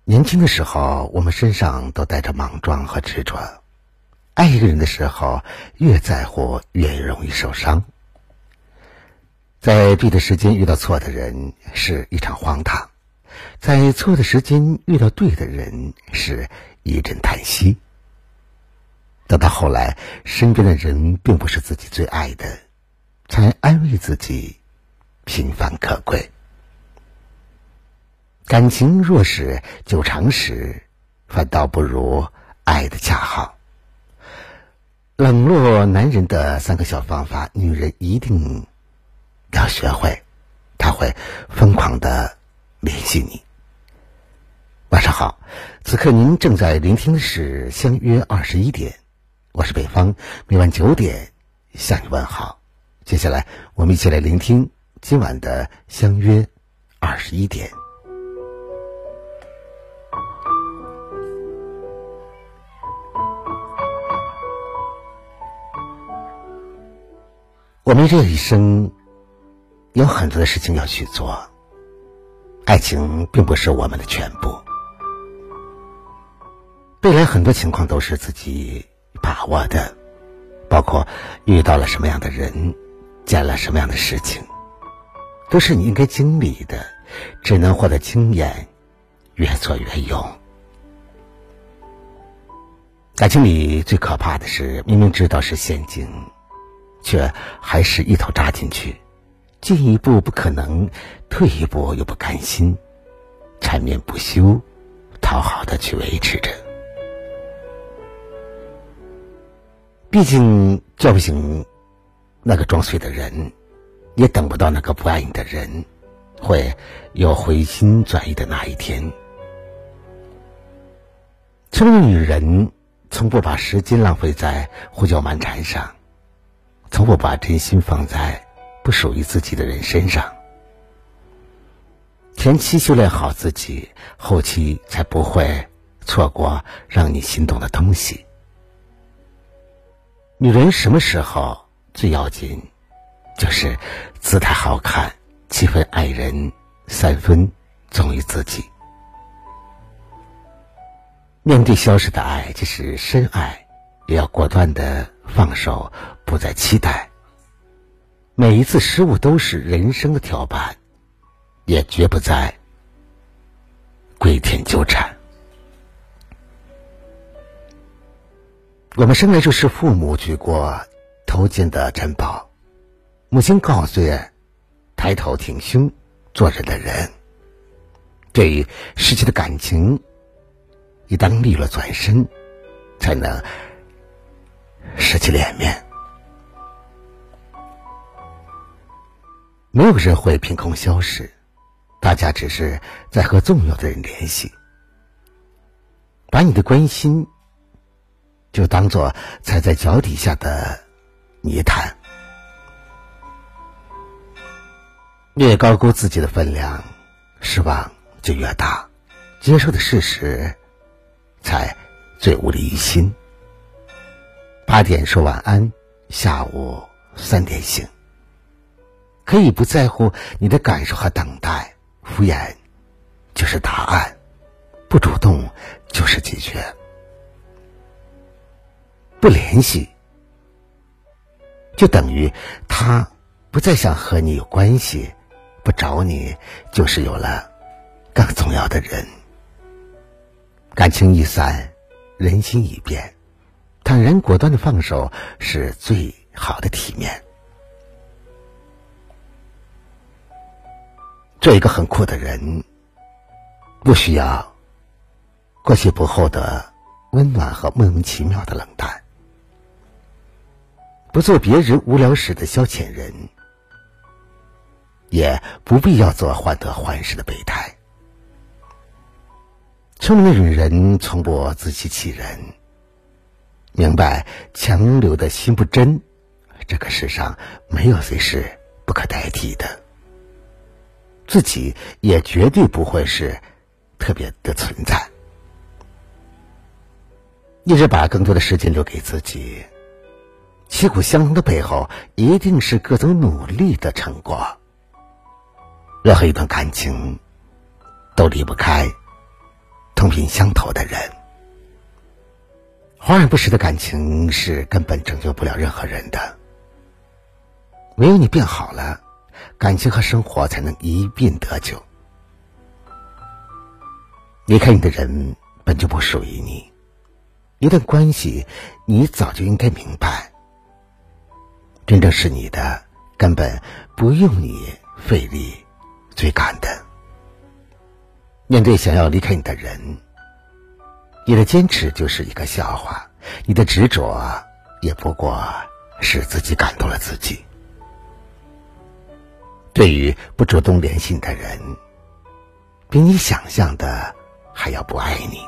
年轻的时候，我们身上都带着莽撞和执着。爱一个人的时候，越在乎越容易受伤。在对的时间遇到错的人是一场荒唐，在错的时间遇到对的人是一阵叹息。等到后来，身边的人并不是自己最爱的，才安慰自己平凡可贵。感情若是久长时，反倒不如爱的恰好。冷落男人的3个小方法，女人一定要学会，她会疯狂地联系你。晚上好，此刻您正在聆听的是相约21点，我是北方，每晚9点向你问好。接下来我们一起来聆听今晚的相约21点。我们这一生有很多的事情要去做，爱情并不是我们的全部。未来很多情况都是自己把握的，包括遇到了什么样的人，见了什么样的事情，都是你应该经历的，只能获得经验，越做越勇。感情里最可怕的是，明明知道是陷阱，却还是一头扎进去，进一步不可能，退一步又不甘心，缠绵不休，讨好的去维持着。毕竟叫不醒那个装睡的人，也等不到那个不爱你的人会有回心转意的那一天。聪明女人从不把时间浪费在胡搅蛮缠上，从不把真心放在不属于自己的人身上。前期修炼好自己，后期才不会错过让你心动的东西。女人什么时候最要紧？就是姿态好看，7分爱人，3分忠于自己。面对消失的爱，即使深爱，也要果断地放手，不再期待。每一次失误都是人生的跳板，也绝不再跪舔纠缠。我们生来就是父母举过头肩的珍宝，母亲告诉抬头挺胸做人的人。对于失去的感情，一当利落转身，才能失去脸面。没有人会凭空消失，大家只是在和重要的人联系。把你的关心就当作踩在脚底下的泥潭。越高估自己的分量，失望就越大，接受的事实才最无力于心。8点说晚安，下午3点醒。可以不在乎你的感受和等待，敷衍就是答案，不主动就是拒绝。不联系就等于他不再想和你有关系，不找你就是有了更重要的人。感情一散，人心已变，坦然果断的放手是最好的体面。做一个很酷的人，不需要过去不候的温暖和莫名其妙的冷淡，不做别人无聊时的消遣人，也不必要做患得患失的备胎。聪明的女人从不自欺欺人，明白强留的心不真，这个世上没有谁是不可代替的，自己也绝对不会是特别的存在。一直把更多的时间留给自己，旗鼓相当的背后一定是各种努力的成果。任何一段感情都离不开同频相投的人。华而不实的感情是根本拯救不了任何人的，唯有你变好了，感情和生活才能一并得救。离开你的人本就不属于你，一段关系你早就应该明白，真正是你的根本不用你费力追赶的。面对想要离开你的人，你的坚持就是一个笑话，你的执着也不过是自己感动了自己。对于不主动联系你的人，比你想象的还要不爱你。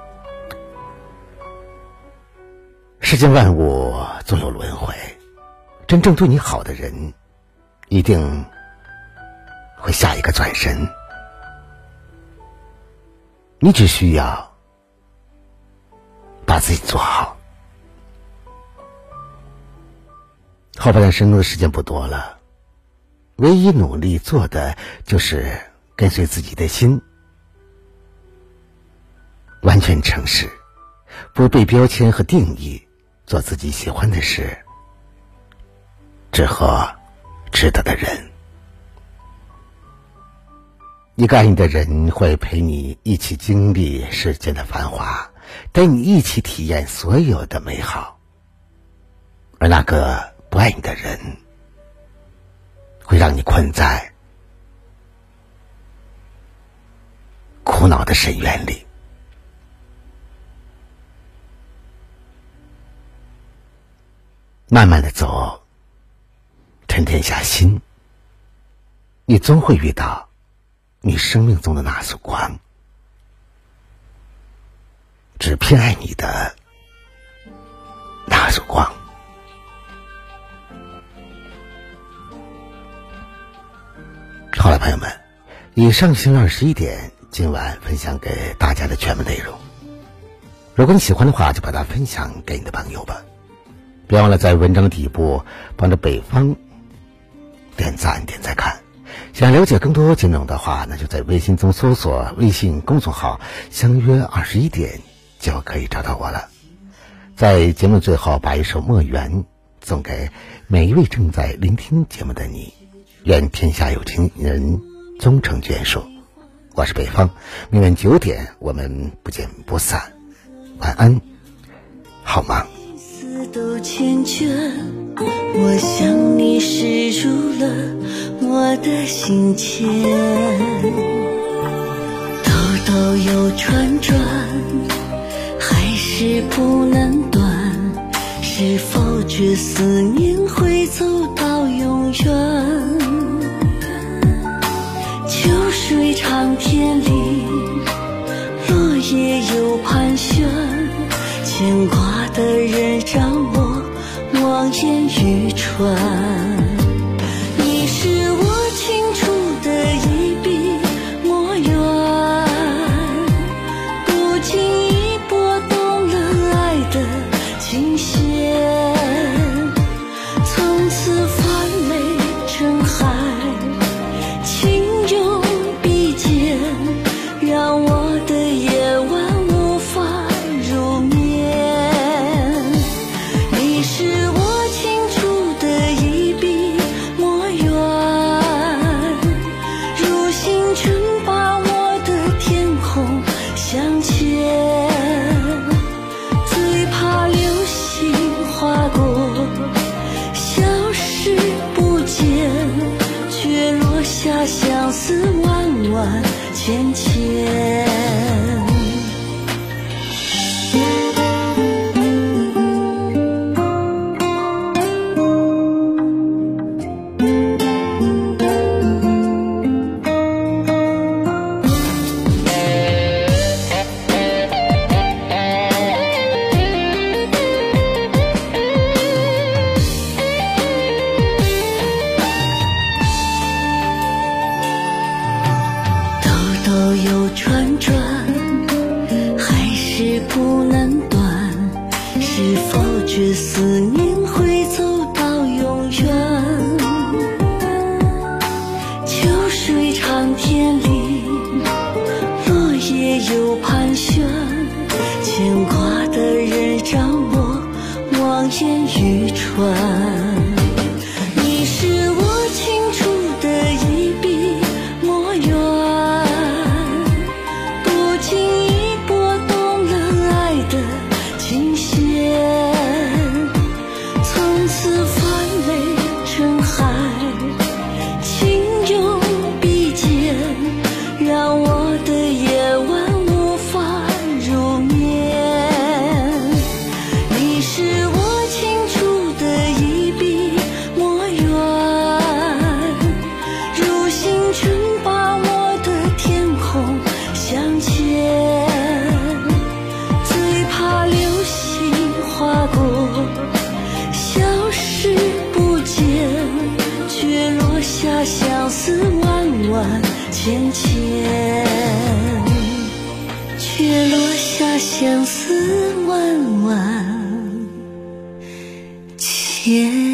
世间万物总有轮回，真正对你好的人一定会下一个转身，你只需要把自己做好。后半段生的时间不多了，唯一努力做的就是跟随自己的心，完全诚实，不被标签和定义，做自己喜欢的事，只和值得的人。一个爱你的人会陪你一起经历世间的繁华，带你一起体验所有的美好。而那个不爱你的人，会让你困在苦恼的深渊里。慢慢的走，沉淀下心，你终会遇到你生命中的那束光，只偏爱你的那束光。好了，朋友们，以上是21点今晚分享给大家的全部内容。如果你喜欢的话，就把它分享给你的朋友吧。别忘了在文章的底部帮着北方点赞点再看。想了解更多内容的话，那就在微信中搜索微信公众号相约21点就可以找到我了。在节目最后把一首墨园送给每一位正在聆听节目的你，愿天下有情人终成眷属。我是北方，明晚9点我们不见不散。晚安，好吗？ 都缱绻，我想你是入了我的心间，兜兜又转转，还是不能断，是否这思念会走到永远？秋水长天里，落叶又盘旋，牵挂的人让我望眼欲穿。你是我清楚的一笔墨缘，不经意拨动了爱的琴弦，从此泛泪成海，情永笔尖，让我的夜晚无法入眠。你是我清楚的一笔墨缘，如星辰把我的天空镶嵌，最怕流星划过，消失不见，却落下相思万万千千。兜又转转，还是不能断，是否这思念会走到永远？秋水长天里，落叶夜又盘旋，牵挂的人让我望眼欲穿。你是我清楚的一笔墨缘，不经意拨动了爱的琴弦，从此泛泪成海，情永笔尖，让我的夜晚无法入眠。你是我清楚的一笔墨缘，如星辰把我的天空镶嵌，最怕流星划过消失不见，却落下相思万万千千，却落下相思万万千。